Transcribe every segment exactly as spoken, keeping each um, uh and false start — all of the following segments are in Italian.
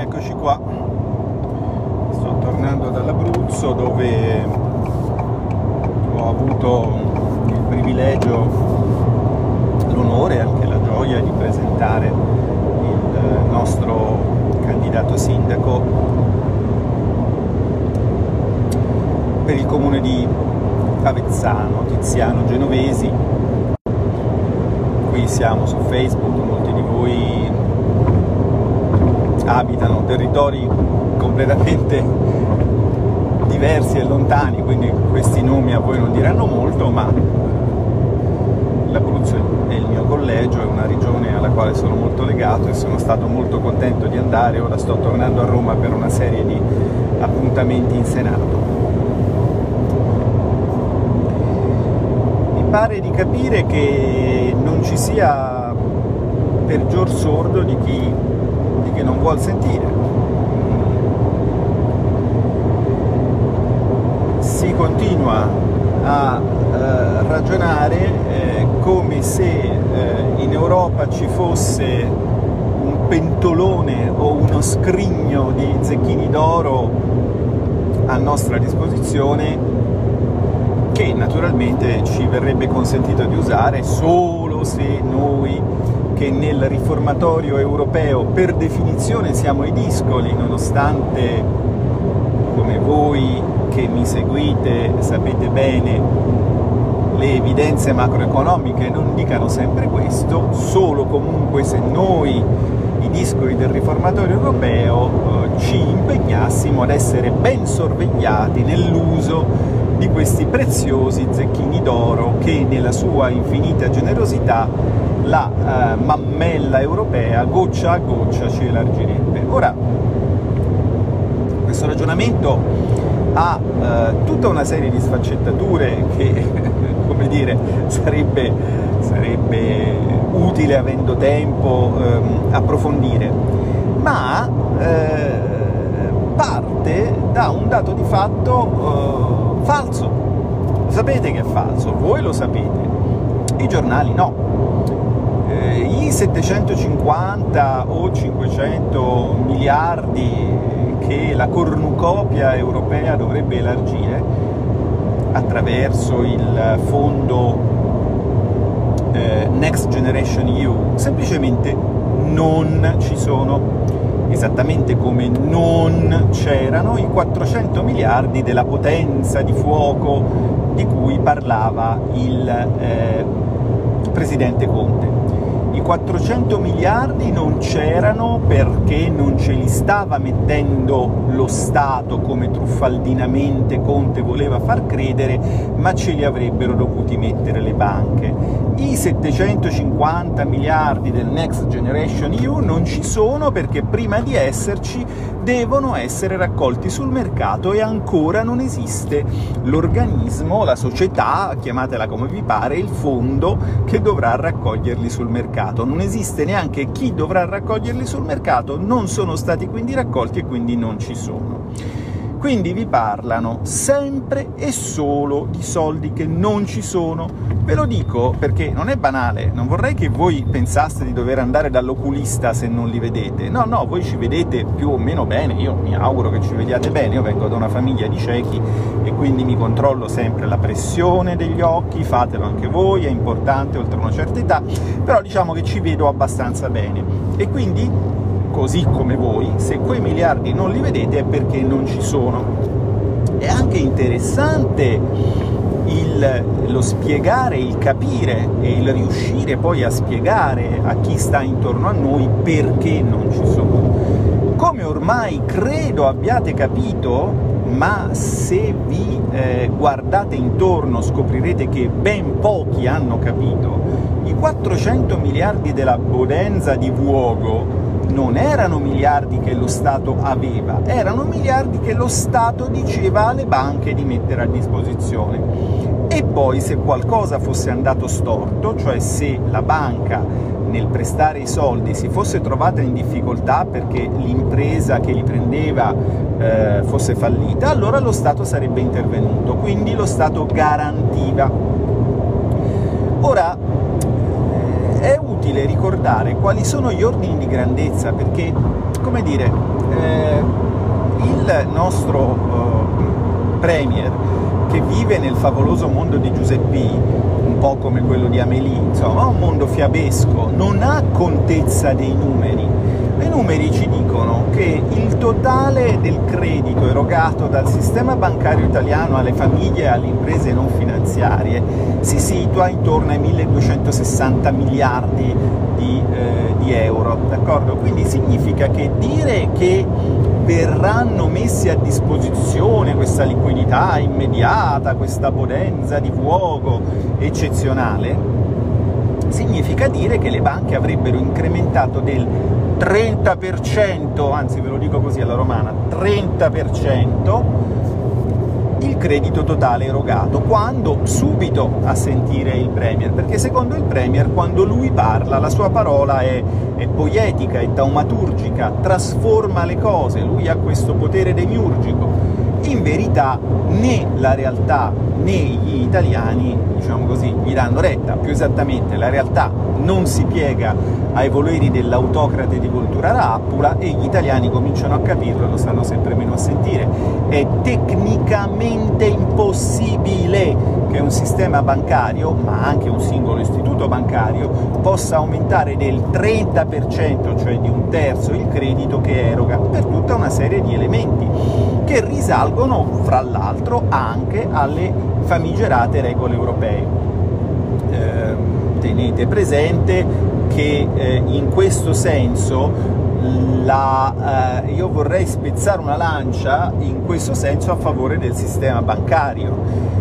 eccoci qua. Sto tornando dall'Abruzzo, dove ho avuto il privilegio, l'onore e anche la gioia di presentare il nostro candidato sindaco per il comune di Avezzano, Tiziano Genovesi. Qui siamo su Facebook, molti di voi abitano territori completamente diversi e lontani, quindi questi nomi a voi non diranno molto, ma l'Abruzzo è il mio collegio, è una regione alla quale sono molto legato e sono stato molto contento di andare. Ora sto tornando a Roma per una serie di appuntamenti in Senato. Mi pare di capire che non ci sia peggior sordo di chi, di chi non vuol sentire. Si continua a eh, ragionare eh, come se eh, in Europa ci fosse un pentolone o uno scrigno di zecchini d'oro a nostra disposizione, che naturalmente ci verrebbe consentito di usare solo se noi, che nel riformatorio europeo per definizione siamo i discoli, nonostante, come voi che mi seguite sapete bene, le evidenze macroeconomiche non dicano sempre questo, solo comunque se noi, i discoli del riformatorio europeo, eh, ci impegnassimo ad essere ben sorvegliati nell'uso di questi preziosi zecchini d'oro che nella sua infinita generosità la eh, mammella europea goccia a goccia ci elargirebbe. Ora, questo ragionamento ha eh, tutta una serie di sfaccettature che, come dire, sarebbe, sarebbe utile, avendo tempo, ehm, approfondire, ma eh, parte da un dato di fatto eh, falso. Sapete che è falso, voi lo sapete, i giornali no. Eh, i settecentocinquanta o cinquecento miliardi che la cornucopia europea dovrebbe elargire attraverso il fondo eh, Next Generation E U semplicemente non ci sono, esattamente come non c'erano i quattrocento miliardi della potenza di fuoco di cui parlava il eh, presidente Conte. I quattrocento miliardi non c'erano perché non ce li stava mettendo lo Stato, come truffaldinamente Conte voleva far credere, ma ce li avrebbero dovuti mettere le banche. I settecentocinquanta miliardi del Next Generation E U non ci sono perché prima di esserci devono essere raccolti sul mercato e ancora non esiste l'organismo, la società, chiamatela come vi pare, il fondo che dovrà raccoglierli sul mercato. Non esiste neanche chi dovrà raccoglierli sul mercato, non sono stati quindi raccolti e quindi non ci sono. Quindi vi parlano sempre e solo di soldi che non ci sono. Ve lo dico perché non è banale, non vorrei che voi pensaste di dover andare dall'oculista se non li vedete. No, no, voi ci vedete più o meno bene, io mi auguro che ci vediate bene, io vengo da una famiglia di ciechi e quindi mi controllo sempre la pressione degli occhi, fatelo anche voi, è importante oltre una certa età, però diciamo che ci vedo abbastanza bene. E quindi, così come voi, se quei miliardi non li vedete è perché non ci sono. È anche interessante il, lo spiegare, il capire e il riuscire poi a spiegare a chi sta intorno a noi perché non ci sono. Come ormai credo abbiate capito, ma se vi eh, guardate intorno scoprirete che ben pochi hanno capito, i quattrocento miliardi della Bodenza di Vuogo non erano miliardi che lo Stato aveva, erano miliardi che lo Stato diceva alle banche di mettere a disposizione. E poi, se qualcosa fosse andato storto, cioè se la banca nel prestare i soldi si fosse trovata in difficoltà perché l'impresa che li prendeva eh, fosse fallita, allora lo Stato sarebbe intervenuto, quindi lo Stato garantiva. Ora, è utile utile ricordare quali sono gli ordini di grandezza, perché, come dire, eh, il nostro eh, Premier, che vive nel favoloso mondo di Giuseppe, un po' come quello di Amélie, insomma, un mondo fiabesco, non ha contezza dei numeri. I numeri ci dicono che il totale del credito erogato dal sistema bancario italiano alle famiglie e alle imprese non finanziarie si situa intorno ai milleduecentosessanta miliardi di, eh, di euro, d'accordo? Quindi significa che dire che verranno messi a disposizione questa liquidità immediata, questa potenza di fuoco eccezionale, significa dire che le banche avrebbero incrementato del trenta per cento, anzi ve lo dico così alla romana, trenta per cento il credito totale erogato, quando subito a sentire il Premier, perché secondo il Premier quando lui parla la sua parola è, è poetica, è taumaturgica, trasforma le cose, lui ha questo potere demiurgico. In verità né la realtà né gli italiani, diciamo così, gli danno retta, più esattamente la realtà non si piega ai voleri dell'autocrate di Volturara Appula e gli italiani cominciano a capirlo e lo stanno sempre meno a sentire. È tecnicamente impossibile che un sistema bancario, ma anche un singolo istituto bancario, possa aumentare del trenta per cento, cioè di un terzo, il credito che eroga, per tutta una serie di elementi che risalgono, fra l'altro, anche alle famigerate regole europee. Eh, tenete presente che eh, in questo senso la, eh, io vorrei spezzare una lancia in questo senso a favore del sistema bancario,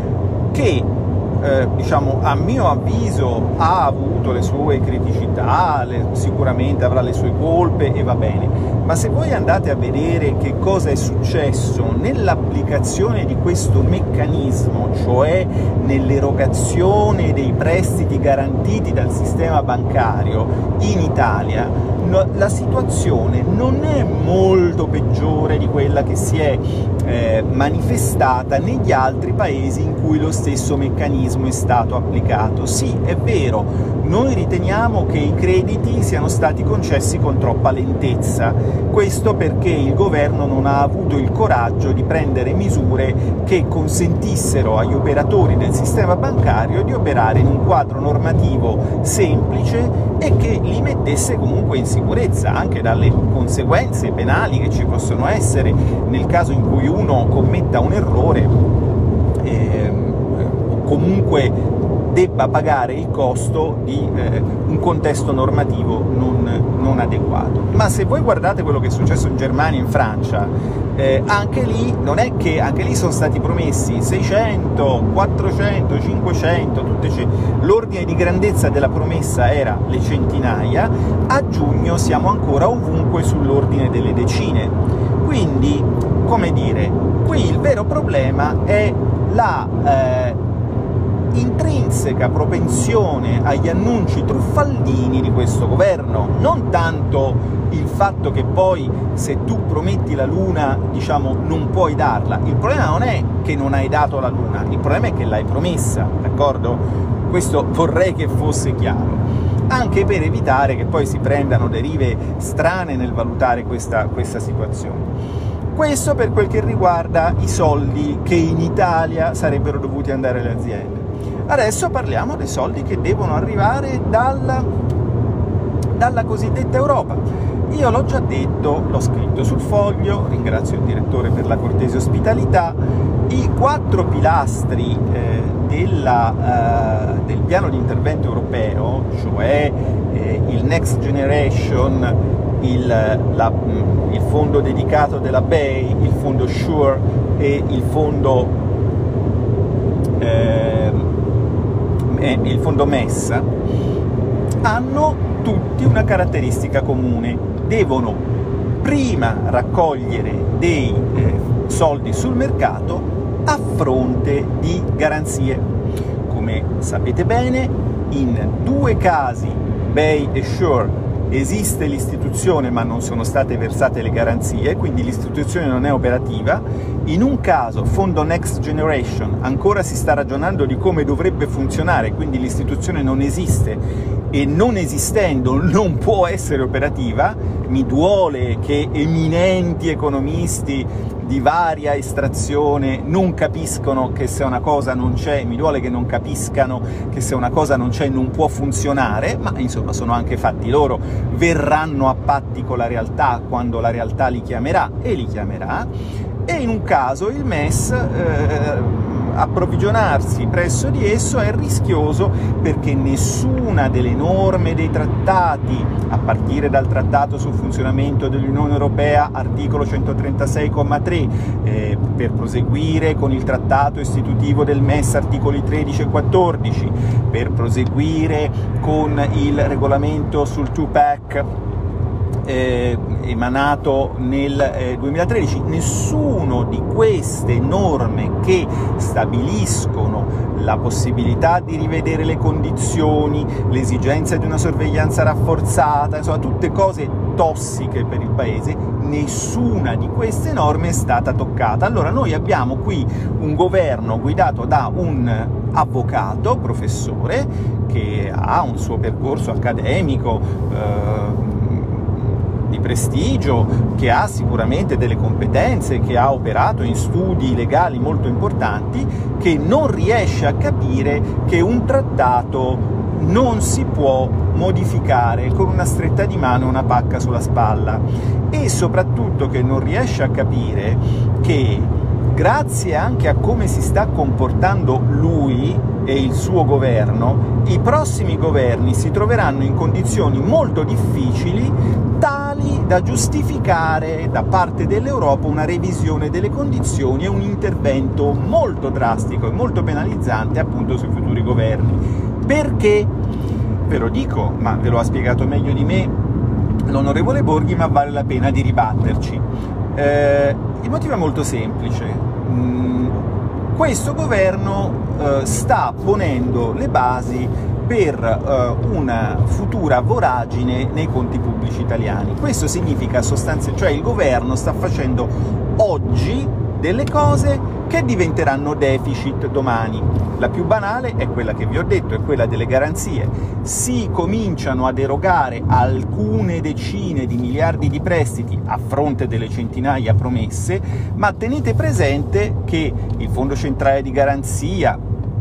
che eh, diciamo, a mio avviso ha avuto le sue criticità, le, sicuramente avrà le sue colpe e va bene, ma se voi andate a vedere che cosa è successo nell'applicazione di questo meccanismo, cioè nell'erogazione dei prestiti garantiti dal sistema bancario in Italia, no, la situazione non è molto peggiore di quella che si è eh, manifestata negli altri paesi in cui lo stesso meccanismo è stato applicato. Sì, è vero, noi riteniamo che i crediti siano stati concessi con troppa lentezza, questo perché il governo non ha avuto il coraggio di prendere misure che consentissero agli operatori del sistema bancario di operare in un quadro normativo semplice e che li mettesse comunque in sicurezza anche dalle conseguenze penali che ci possono essere nel caso in cui uno commetta un errore eh, comunque debba pagare il costo di eh, un contesto normativo non, non adeguato. Ma se voi guardate quello che è successo in Germania e in Francia, eh, anche lì non è che anche lì sono stati promessi seicento, quattrocento, cinquecento, tutte l'ordine di grandezza della promessa era le centinaia, a giugno siamo ancora ovunque sull'ordine delle decine. Quindi, come dire, qui il vero problema è la eh, intrinseca propensione agli annunci truffaldini di questo governo, non tanto il fatto che poi se tu prometti la luna, diciamo, non puoi darla. Il problema non è che non hai dato la luna, il problema è che l'hai promessa, d'accordo? Questo vorrei che fosse chiaro, anche per evitare che poi si prendano derive strane nel valutare questa, questa situazione. Questo per quel che riguarda i soldi che in Italia sarebbero dovuti andare alle aziende. Adesso parliamo dei soldi che devono arrivare dalla, dalla cosiddetta Europa. Io l'ho già detto, l'ho scritto sul foglio, ringrazio il direttore per la cortese ospitalità, i quattro pilastri eh, della, eh, del piano di intervento europeo, cioè eh, il Next Generation, il, la, il fondo dedicato della B E I, il fondo SURE e il fondo eh, il fondo MES, hanno tutti una caratteristica comune: devono prima raccogliere dei eh, soldi sul mercato a fronte di garanzie. Come sapete bene, in due casi, B E I e SURE, esiste l'istituzione ma non sono state versate le garanzie, quindi l'istituzione non è operativa. In un caso, fondo Next Generation, ancora si sta ragionando di come dovrebbe funzionare, quindi l'istituzione non esiste, e non esistendo non può essere operativa. Mi duole che eminenti economisti di varia estrazione non capiscono che se una cosa non c'è, mi duole che non capiscano che se una cosa non c'è non può funzionare, ma insomma sono anche fatti loro, verranno a patti con la realtà quando la realtà li chiamerà, e li chiamerà, e in un caso il M E S eh, approvvigionarsi presso di esso è rischioso, perché nessuna delle norme dei trattati, a partire dal Trattato sul funzionamento dell'Unione Europea, articolo centotrentasei comma tre, eh, per proseguire con il Trattato istitutivo del M E S, articoli tredici e quattordici, per proseguire con il regolamento sul two pack, Eh, emanato nel eh, duemilatredici, nessuno di queste norme che stabiliscono la possibilità di rivedere le condizioni, l'esigenza di una sorveglianza rafforzata, insomma tutte cose tossiche per il Paese, nessuna di queste norme è stata toccata. Allora noi abbiamo qui un governo guidato da un avvocato, professore, che ha un suo percorso accademico eh, di prestigio, che ha sicuramente delle competenze, che ha operato in studi legali molto importanti, che non riesce a capire che un trattato non si può modificare con una stretta di mano e una pacca sulla spalla, e soprattutto che non riesce a capire che grazie anche a come si sta comportando lui e il suo governo, i prossimi governi si troveranno in condizioni molto difficili, tali da giustificare da parte dell'Europa una revisione delle condizioni e un intervento molto drastico e molto penalizzante appunto sui futuri governi. Perché? Ve lo dico, ma ve lo ha spiegato meglio di me l'onorevole Borghi, ma vale la pena di ribatterci. Eh, il motivo è molto semplice. Mm, questo governo eh, sta ponendo le basi per eh, una futura voragine nei conti pubblici italiani. Questo significa sostanzialmente, cioè il governo sta facendo oggi delle cose che diventeranno deficit domani. La più banale è quella che vi ho detto, è quella delle garanzie. Si cominciano ad erogare alcune decine di miliardi di prestiti a fronte delle centinaia promesse, ma tenete presente che il Fondo Centrale di Garanzia,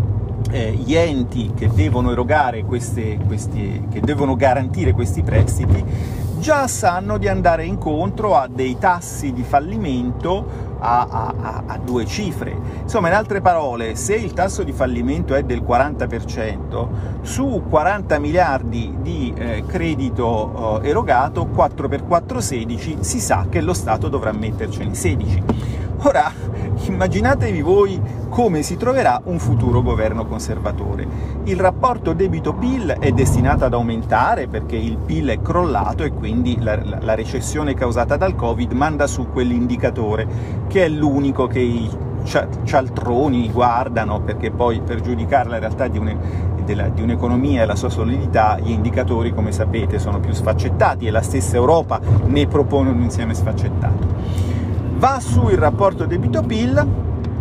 eh, gli enti che devono erogare queste, questi, che devono garantire questi prestiti, già sanno di andare incontro a dei tassi di fallimento a, a, a due cifre. Insomma, in altre parole, se il tasso di fallimento è del quaranta per cento, su quaranta miliardi di eh, credito eh, erogato, quattro per quattro sedici, si sa che lo Stato dovrà mettercene sedici. Ora, immaginatevi voi come si troverà un futuro governo conservatore. Il rapporto debito-P I L è destinato ad aumentare perché il P I L è crollato e quindi la, la, la recessione causata dal Covid manda su quell'indicatore, che è l'unico che i cialtroni guardano, perché poi per giudicare la realtà di un'economia e la sua solidità, gli indicatori, come sapete, sono più sfaccettati, e la stessa Europa ne propone un insieme sfaccettato. Va su il rapporto debito-P I L,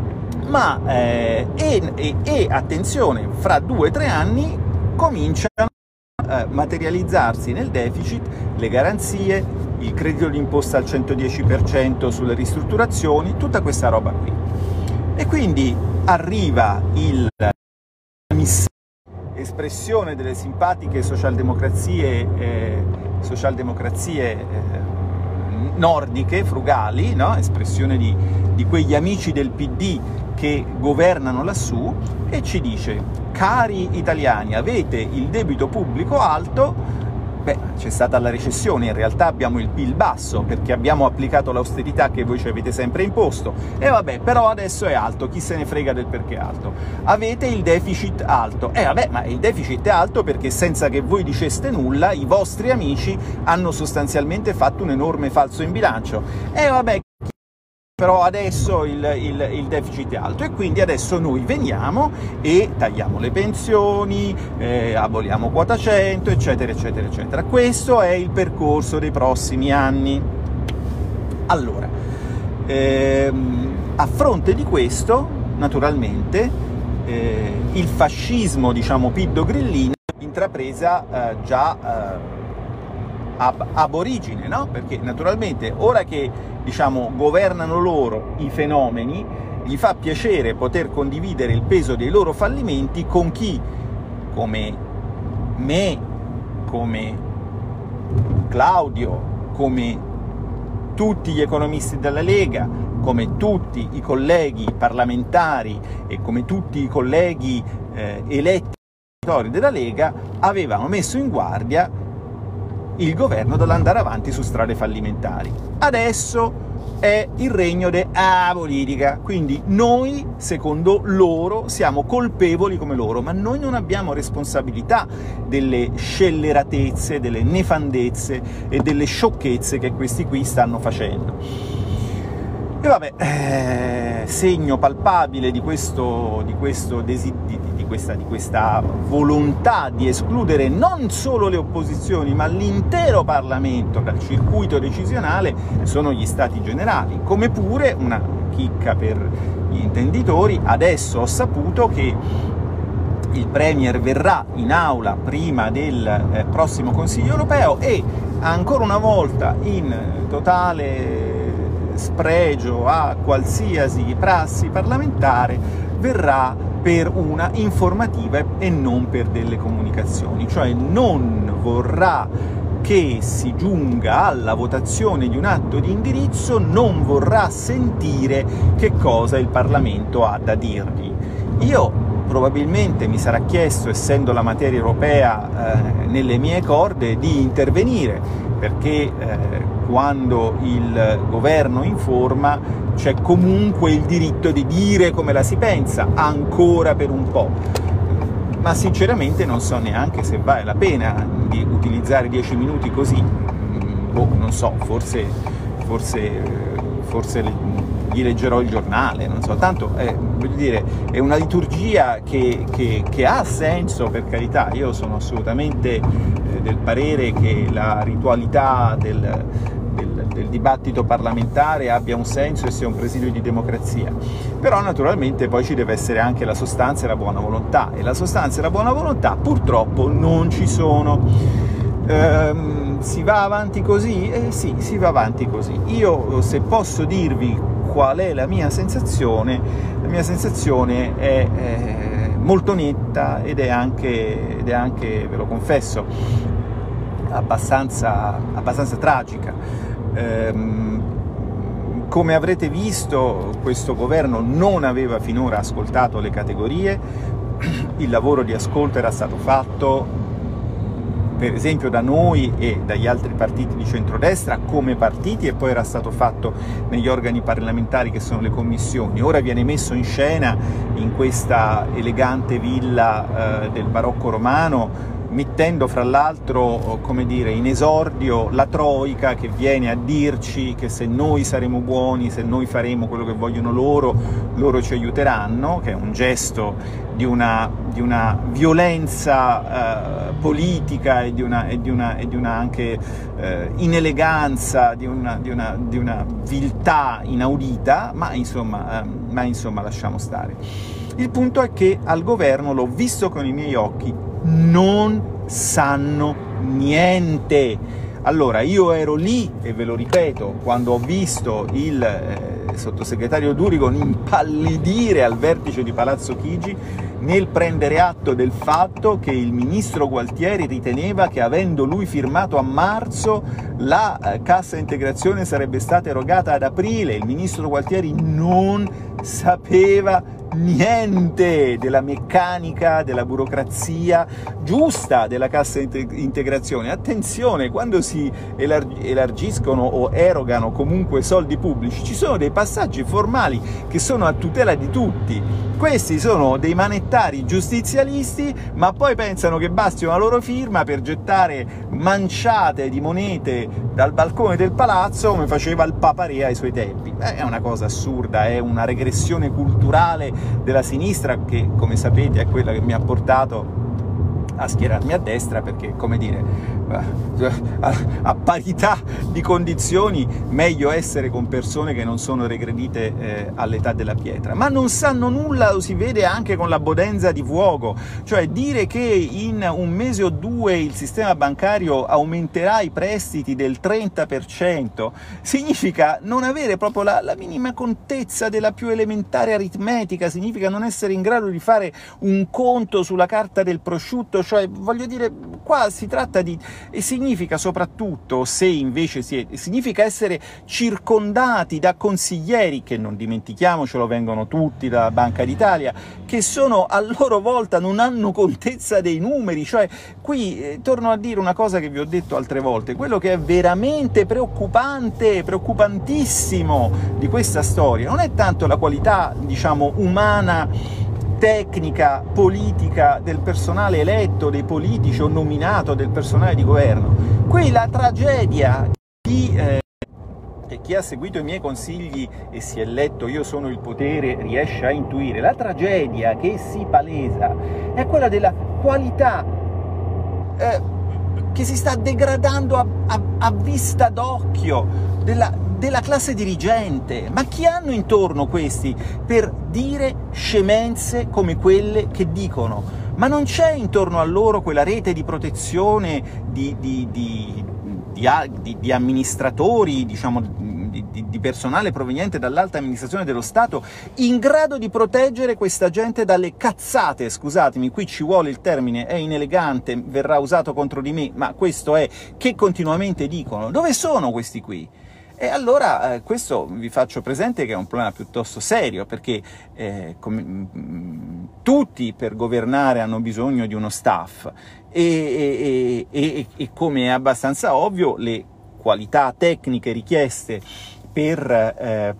ma eh, e, e, e attenzione, fra due o tre anni cominciano a materializzarsi nel deficit le garanzie, il credito d'imposta al centodieci per cento sulle ristrutturazioni, tutta questa roba qui. E quindi arriva il espressione delle simpatiche socialdemocrazie, eh, socialdemocrazie eh, nordiche, frugali, no? Espressione di, di quegli amici del P D che governano lassù, e ci dice: cari italiani, avete il debito pubblico alto. Beh, c'è stata la recessione, in realtà abbiamo il P I L basso perché abbiamo applicato l'austerità che voi ci avete sempre imposto, e vabbè, però adesso è alto, chi se ne frega del perché è alto. Avete il deficit alto, e eh, vabbè, ma il deficit è alto perché senza che voi diceste nulla i vostri amici hanno sostanzialmente fatto un enorme falso in bilancio, e eh, vabbè, però adesso il, il, il deficit è alto, e quindi adesso noi veniamo e tagliamo le pensioni, eh, aboliamo quota cento, eccetera, eccetera, eccetera. Questo è il percorso dei prossimi anni. Allora, ehm, a fronte di questo, naturalmente, eh, il fascismo, diciamo, piddo-grillino, intrapresa eh, già eh, ab, ab origine, no? Perché naturalmente ora che, diciamo, governano loro i fenomeni, gli fa piacere poter condividere il peso dei loro fallimenti con chi, come me, come Claudio, come tutti gli economisti della Lega, come tutti i colleghi parlamentari e come tutti i colleghi eh, eletti della Lega, avevano messo in guardia il governo dall'andare avanti su strade fallimentari. Adesso è il regno della politica, quindi noi, secondo loro, siamo colpevoli come loro, ma noi non abbiamo responsabilità delle scelleratezze, delle nefandezze e delle sciocchezze che questi qui stanno facendo. E vabbè, eh, segno palpabile di, questo, di, questo desi, di, di, questa, di questa volontà di escludere non solo le opposizioni, ma l'intero Parlamento dal circuito decisionale sono gli Stati Generali, come pure, una chicca per gli intenditori, adesso ho saputo che il Premier verrà in aula prima del eh, prossimo Consiglio europeo e ancora una volta, in totale spregio a qualsiasi prassi parlamentare, verrà per una informativa e non per delle comunicazioni, cioè non vorrà che si giunga alla votazione di un atto di indirizzo, non vorrà sentire che cosa il Parlamento ha da dirgli. Io probabilmente mi sarà chiesto, essendo la materia europea eh, nelle mie corde, di intervenire, perché eh, quando il governo informa c'è comunque il diritto di dire come la si pensa, ancora per un po'. Ma sinceramente non so neanche se vale la pena di utilizzare dieci minuti così. Boh, non so, forse, forse, forse gli leggerò il giornale, non so, tanto è, voglio dire, è una liturgia che, che, che ha senso, per carità. Io sono assolutamente eh, del parere che la ritualità del, del, del dibattito parlamentare abbia un senso e sia un presidio di democrazia, però naturalmente poi ci deve essere anche la sostanza e la buona volontà, e la sostanza e la buona volontà purtroppo non ci sono. Ehm, si va avanti così? Eh sì, si va avanti così. Io, se posso dirvi qual è la mia sensazione, la mia sensazione è eh, molto netta ed è anche, ed è anche, ve lo confesso, abbastanza, abbastanza tragica. Ehm, come avrete visto, questo governo non aveva finora ascoltato le categorie, il lavoro di ascolto era stato fatto per esempio da noi e dagli altri partiti di centrodestra come partiti, e poi era stato fatto negli organi parlamentari che sono le commissioni. Ora viene messo in scena in questa elegante villa eh, del barocco romano, mettendo fra l'altro, come dire, in esordio la Troica, che viene a dirci che se noi saremo buoni, se noi faremo quello che vogliono loro, loro ci aiuteranno, che è un gesto di una, di una violenza eh, politica e di una, e di una, e di una anche eh, ineleganza, di una, di, una, di una viltà inaudita, ma insomma, eh, ma insomma lasciamo stare. Il punto è che al governo, l'ho visto con i miei occhi, non sanno niente. Allora, io ero lì, e ve lo ripeto, quando ho visto il eh, sottosegretario Durigon impallidire al vertice di Palazzo Chigi nel prendere atto del fatto che il ministro Gualtieri riteneva che, avendo lui firmato a marzo, la eh, cassa integrazione sarebbe stata erogata ad aprile. Il ministro Gualtieri non sapeva niente della meccanica, della burocrazia giusta della cassa integrazione. Attenzione, quando si elargiscono o erogano comunque soldi pubblici, ci sono dei passaggi formali che sono a tutela di tutti. Questi sono dei manettari giustizialisti, ma poi pensano che basti una loro firma per gettare manciate di monete dal balcone del palazzo, come faceva il Papa Re ai suoi tempi. È una cosa assurda, è una regressione culturale della sinistra che, come sapete, è quella che mi ha portato a schierarmi a destra, perché, come dire, a, a parità di condizioni meglio essere con persone che non sono regredite eh, all'età della pietra, ma non sanno nulla, lo si vede anche con la bodenza di fuoco, cioè dire che in un mese o due il sistema bancario aumenterà i prestiti del trenta per cento significa non avere proprio la, la minima contezza della più elementare aritmetica, significa non essere in grado di fare un conto sulla carta del prosciutto, cioè voglio dire, qua si tratta di... e significa soprattutto, se invece si è, significa essere circondati da consiglieri, che non dimentichiamocelo vengono tutti dalla Banca d'Italia, che sono a loro volta non hanno contezza dei numeri, cioè qui eh, torno a dire una cosa che vi ho detto altre volte, quello che è veramente preoccupante, preoccupantissimo di questa storia non è tanto la qualità, diciamo, umana, tecnica, politica del personale eletto, dei politici o nominato, del personale di governo. Qui la tragedia di... Eh, e chi ha seguito i miei consigli e si è letto Io sono il potere riesce a intuire, la tragedia che si palesa è quella della qualità eh, che si sta degradando a, a, a vista d'occhio della, della classe dirigente. Ma chi hanno intorno questi per dire scemenze come quelle che dicono? Ma non c'è intorno a loro quella rete di protezione di, di, di, di, di, di amministratori, diciamo, di, di personale proveniente dall'alta amministrazione dello Stato, in grado di proteggere questa gente dalle cazzate, scusatemi, qui ci vuole il termine, è inelegante, verrà usato contro di me, ma questo è, che continuamente dicono. Dove sono questi qui? E allora eh, questo vi faccio presente che è un problema piuttosto serio, perché eh, come, mh, tutti per governare hanno bisogno di uno staff e, e, e, e come è abbastanza ovvio le qualità tecniche richieste per, eh,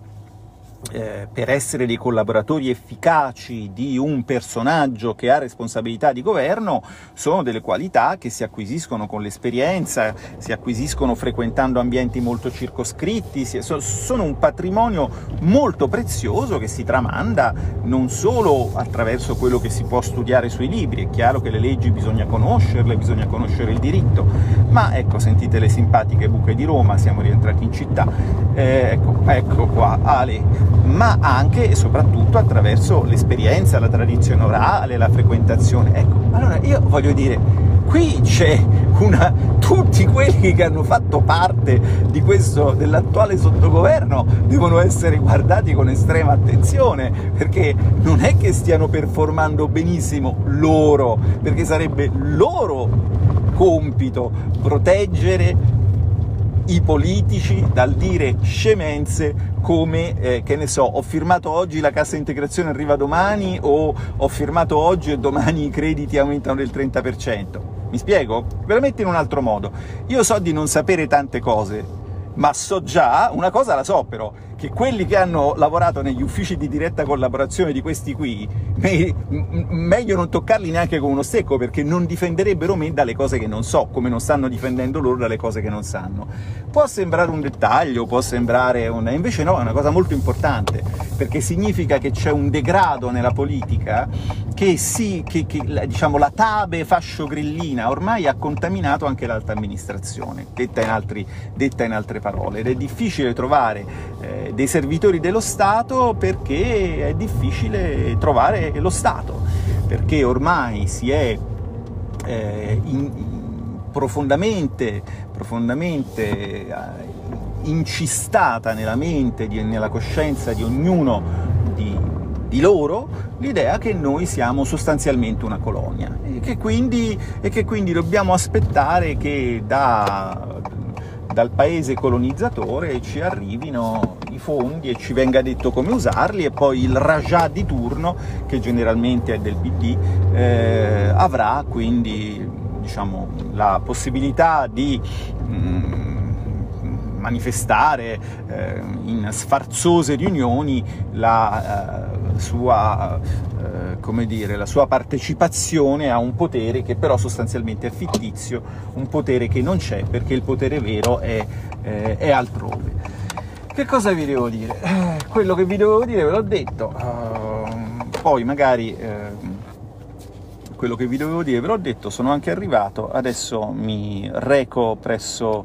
eh, per essere dei collaboratori efficaci di un personaggio che ha responsabilità di governo sono delle qualità che si acquisiscono con l'esperienza, si acquisiscono frequentando ambienti molto circoscritti, si, so, sono un patrimonio molto prezioso che si tramanda non solo attraverso quello che si può studiare sui libri, è chiaro che le leggi bisogna conoscerle, bisogna conoscere il diritto, ma ecco, sentite le simpatiche buche di Roma, siamo rientrati in città, eh, ecco, ecco qua, Ale, ma anche e soprattutto attraverso l'esperienza, la tradizione orale, la frequentazione. Ecco, allora io voglio dire, qui c'è una... tutti quelli che hanno fatto parte di questo, dell'attuale sottogoverno, devono essere guardati con estrema attenzione, perché non è che stiano performando benissimo loro, perché sarebbe loro compito proteggere i politici dal dire scemenze come, eh, che ne so, ho firmato oggi la cassa integrazione arriva domani, o ho firmato oggi e domani i crediti aumentano del trenta per cento. Mi spiego? Veramente in un altro modo. Io so di non sapere tante cose, ma so già, una cosa la so però, che quelli che hanno lavorato negli uffici di diretta collaborazione di questi qui, me, meglio non toccarli neanche con uno stecco, perché non difenderebbero me dalle cose che non so, come non stanno difendendo loro dalle cose che non sanno. Può sembrare un dettaglio, può sembrare un... invece no, è una cosa molto importante, perché significa che c'è un degrado nella politica che sì, che, che diciamo la Tabe fascio-grillina ormai ha contaminato anche l'alta amministrazione, detta in, altri, detta in altre parole, ed è difficile trovare eh, dei servitori dello Stato perché è difficile trovare lo Stato, perché ormai si è eh, in, in, profondamente, profondamente eh, incistata nella mente, di, nella coscienza di ognuno di, di loro l'idea che noi siamo sostanzialmente una colonia e che quindi, e che quindi dobbiamo aspettare che da, dal paese colonizzatore ci arrivino i fondi e ci venga detto come usarli, e poi il Rajah di turno, che generalmente è del P D, eh, avrà quindi, diciamo, la possibilità di mh, manifestare eh, in sfarzose riunioni la eh, sua, eh, come dire, la sua partecipazione a un potere che però sostanzialmente è fittizio, un potere che non c'è, perché il potere vero è, eh, è altrove. Che cosa vi devo dire? Eh, quello che vi dovevo dire ve l'ho detto, uh, poi magari... Eh, quello che vi dovevo dire ve l'ho detto, sono anche arrivato, adesso mi reco presso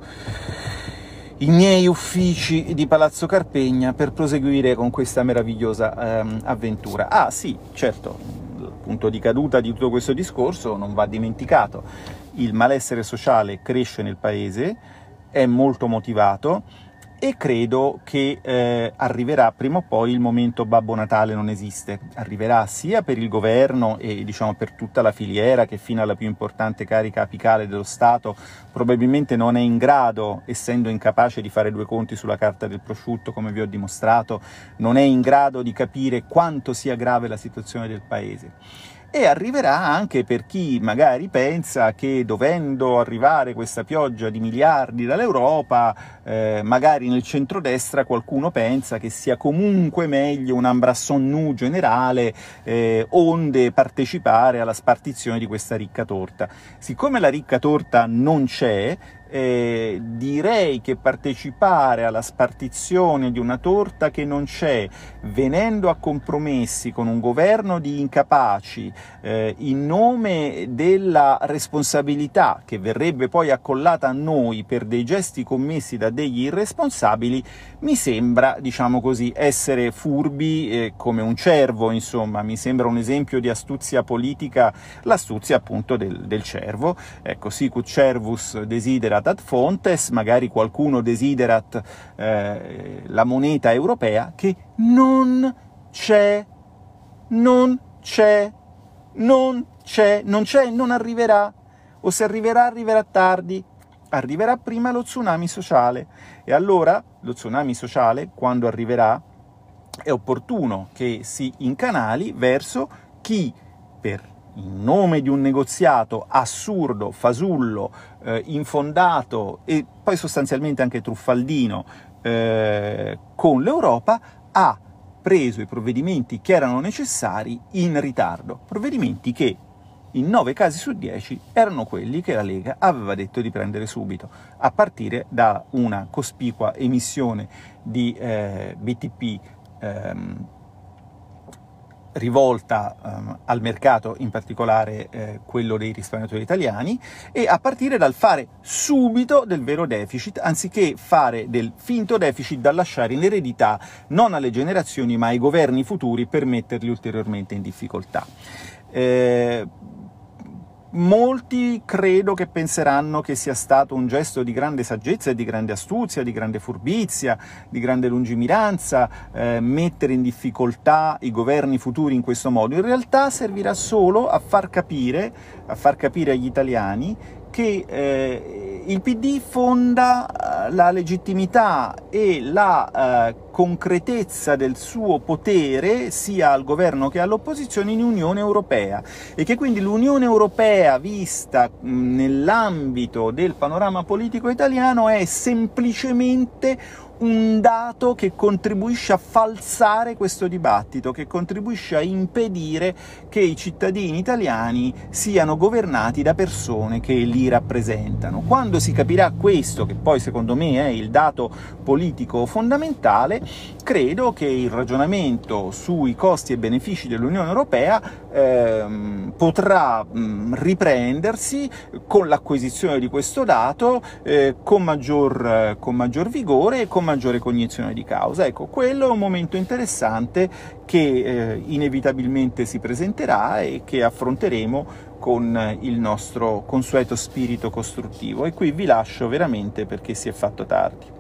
i miei uffici di Palazzo Carpegna per proseguire con questa meravigliosa ehm, avventura. Ah sì, certo, il punto di caduta di tutto questo discorso non va dimenticato. Il malessere sociale cresce nel paese, è molto motivato, e credo che eh, arriverà prima o poi il momento Babbo Natale non esiste. Arriverà sia per il governo e diciamo per tutta la filiera che fino alla più importante carica apicale dello Stato probabilmente non è in grado, essendo incapace di fare due conti sulla carta del prosciutto, come vi ho dimostrato, non è in grado di capire quanto sia grave la situazione del paese. E arriverà anche per chi magari pensa che dovendo arrivare questa pioggia di miliardi dall'Europa, eh, magari nel centrodestra qualcuno pensa che sia comunque meglio un embrasson nu generale, eh, onde partecipare alla spartizione di questa ricca torta. Siccome la ricca torta non c'è, Eh, direi che partecipare alla spartizione di una torta che non c'è, venendo a compromessi con un governo di incapaci, eh, in nome della responsabilità che verrebbe poi accollata a noi per dei gesti commessi da degli irresponsabili, mi sembra, diciamo così, essere furbi eh, come un cervo, insomma, mi sembra un esempio di astuzia politica, l'astuzia appunto del, del cervo. Ecco, sicut cervus desiderat ad fontes, magari qualcuno desiderat eh, la moneta europea, che non c'è, non c'è, non c'è, non c'è, non arriverà, o se arriverà arriverà tardi, arriverà prima lo tsunami sociale, e allora lo tsunami sociale, quando arriverà, è opportuno che si incanali verso chi, per in nome di un negoziato assurdo, fasullo, eh, infondato e poi sostanzialmente anche truffaldino eh, con l'Europa, ha preso i provvedimenti che erano necessari in ritardo, provvedimenti che in nove casi su dieci erano quelli che la Lega aveva detto di prendere subito, a partire da una cospicua emissione di eh, B T P ehm, rivolta um, al mercato, in particolare eh, quello dei risparmiatori italiani, e a partire dal fare subito del vero deficit, anziché fare del finto deficit da lasciare in eredità non alle generazioni ma ai governi futuri per metterli ulteriormente in difficoltà. Eh, Molti credo che penseranno che sia stato un gesto di grande saggezza e di grande astuzia, di grande furbizia, di grande lungimiranza, eh, mettere in difficoltà i governi futuri in questo modo. In realtà servirà solo a far capire, a far capire agli italiani che eh, il P D fonda la legittimità e la eh, concretezza del suo potere sia al governo che all'opposizione in Unione Europea, e che quindi l'Unione Europea vista mh, nell'ambito del panorama politico italiano è semplicemente un dato che contribuisce a falsare questo dibattito, che contribuisce a impedire che i cittadini italiani siano governati da persone che li rappresentano. Quando si capirà questo, che poi secondo me è il dato politico fondamentale, credo che il ragionamento sui costi e benefici dell'Unione Europea ehm, potrà mh, riprendersi con l'acquisizione di questo dato, eh, con maggior, eh, con maggior vigore e con maggiore cognizione di causa. Ecco, quello è un momento interessante che eh, inevitabilmente si presenterà e che affronteremo con il nostro consueto spirito costruttivo. E qui vi lascio veramente perché si è fatto tardi.